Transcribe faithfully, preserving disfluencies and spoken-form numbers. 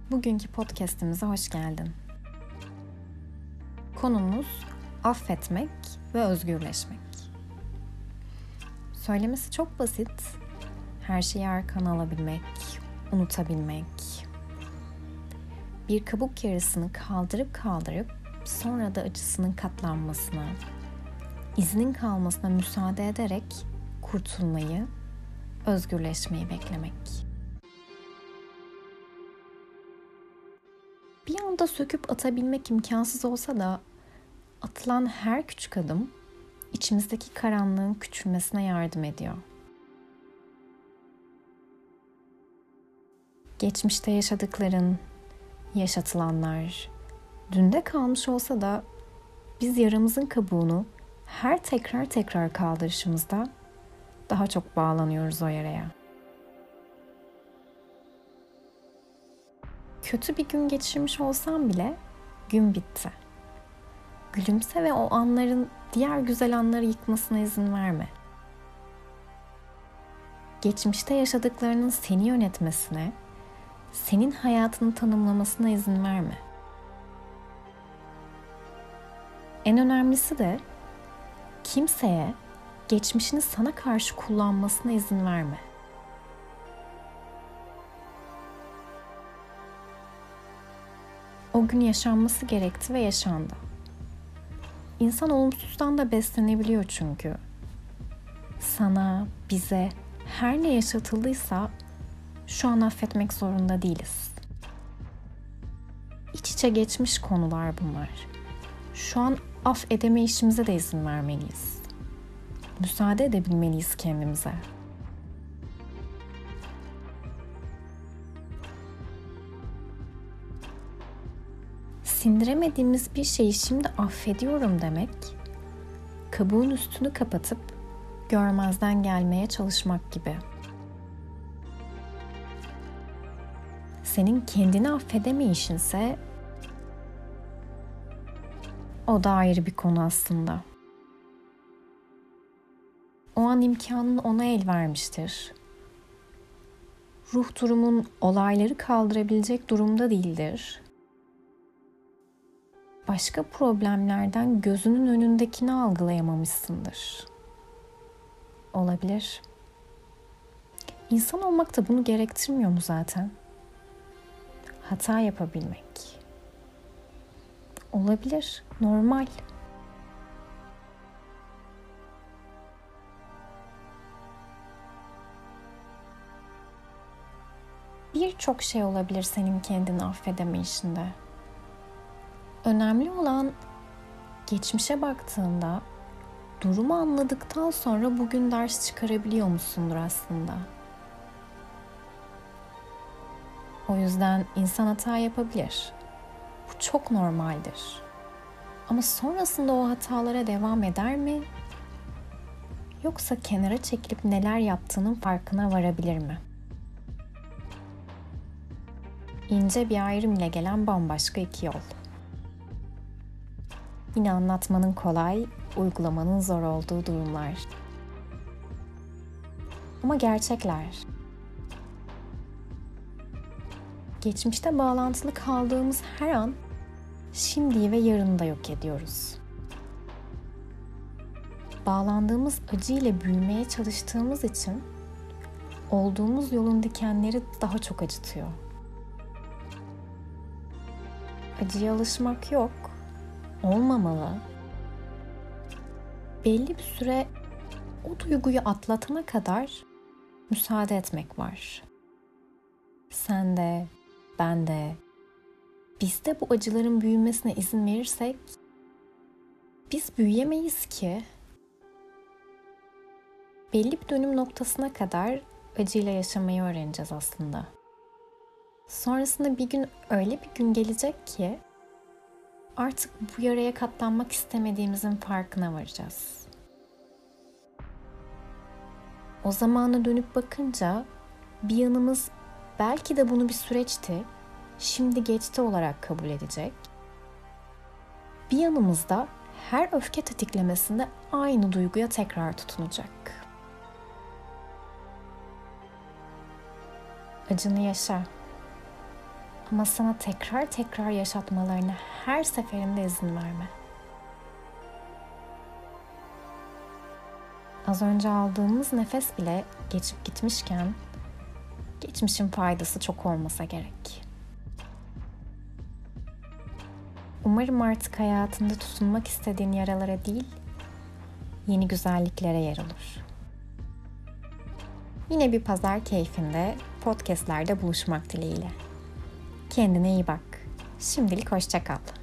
Bugünkü podcast'imize hoş geldin. Konumuz affetmek ve özgürleşmek. Söylemesi çok basit. Her şeyi arkana alabilmek, unutabilmek. Bir kabuk yarısını kaldırıp kaldırıp sonra da acısının katlanmasına, izinin kalmasına müsaade ederek kurtulmayı, özgürleşmeyi beklemek. Bir anda söküp atabilmek imkansız olsa da atılan her küçük adım içimizdeki karanlığın küçülmesine yardım ediyor. Geçmişte yaşadıkların, yaşatılanlar, dünde kalmış olsa da biz yaramızın kabuğunu her tekrar tekrar kaldırışımızda daha çok bağlanıyoruz o yaraya. Kötü bir gün geçirmiş olsam bile gün bitti. Gülümse ve o anların diğer güzel anları yıkmasına izin verme. Geçmişte yaşadıklarının seni yönetmesine, senin hayatını tanımlamasına izin verme. En önemlisi de kimseye geçmişini sana karşı kullanmasına izin verme. O gün yaşanması gerekti ve yaşandı. İnsan olumsuzdan da beslenebiliyor çünkü. Sana, bize her ne yaşatıldıysa şu an affetmek zorunda değiliz. İç içe geçmiş konular bunlar. Şu an af edemeyişimize de izin vermeliyiz. Müsaade edebilmeliyiz kendimize. Sindiremediğimiz bir şeyi şimdi affediyorum demek, kabuğun üstünü kapatıp görmezden gelmeye çalışmak gibi. Senin kendini affedemeyişinse o da ayrı bir konu aslında. O an imkanın ona el vermiştir. Ruh durumun olayları kaldırabilecek durumda değildir. Başka problemlerden gözünün önündekini algılayamamışsındır. Olabilir. İnsan olmak da bunu gerektirmiyor mu zaten? Hata yapabilmek. Olabilir, normal. Birçok şey olabilir senin kendini affedemeyişinde. Önemli olan geçmişe baktığında durumu anladıktan sonra bugün ders çıkarabiliyor musundur aslında. O yüzden insan hata yapabilir. Bu çok normaldir. Ama sonrasında o hatalara devam eder mi? Yoksa kenara çekilip neler yaptığının farkına varabilir mi? İnce bir ayrım ile gelen bambaşka iki yol. Yine anlatmanın kolay, uygulamanın zor olduğu durumlar. Ama gerçekler. Geçmişte bağlantılı kaldığımız her an, şimdiyi ve yarını da yok ediyoruz. Bağlandığımız acıyla büyümeye çalıştığımız için, olduğumuz yolun dikenleri daha çok acıtıyor. Acıya alışmak yok. Olmamalı. Belli bir süre o duyguyu atlatana kadar müsaade etmek var. Sen de, ben de, biz de bu acıların büyümesine izin verirsek biz büyüyemeyiz ki. Belli bir dönüm noktasına kadar acıyla yaşamayı öğreneceğiz aslında. Sonrasında bir gün öyle bir gün gelecek ki artık bu yaraya katlanmak istemediğimizin farkına varacağız. O zamana dönüp bakınca bir yanımız belki de bunu bir süreçti, şimdi geçti olarak kabul edecek. Bir yanımızda her öfke tetiklemesinde aynı duyguya tekrar tutunacak. Acını yaşa. Ama sana tekrar tekrar yaşatmalarına her seferinde izin verme. Az önce aldığımız nefes bile geçip gitmişken geçmişin faydası çok olmasa gerek. Umarım artık hayatında tutunmak istediğin yaralara değil, yeni güzelliklere yer olur. Yine bir pazar keyfinde podcastlerde buluşmak dileğiyle. Kendine iyi bak. Şimdilik hoşça kal.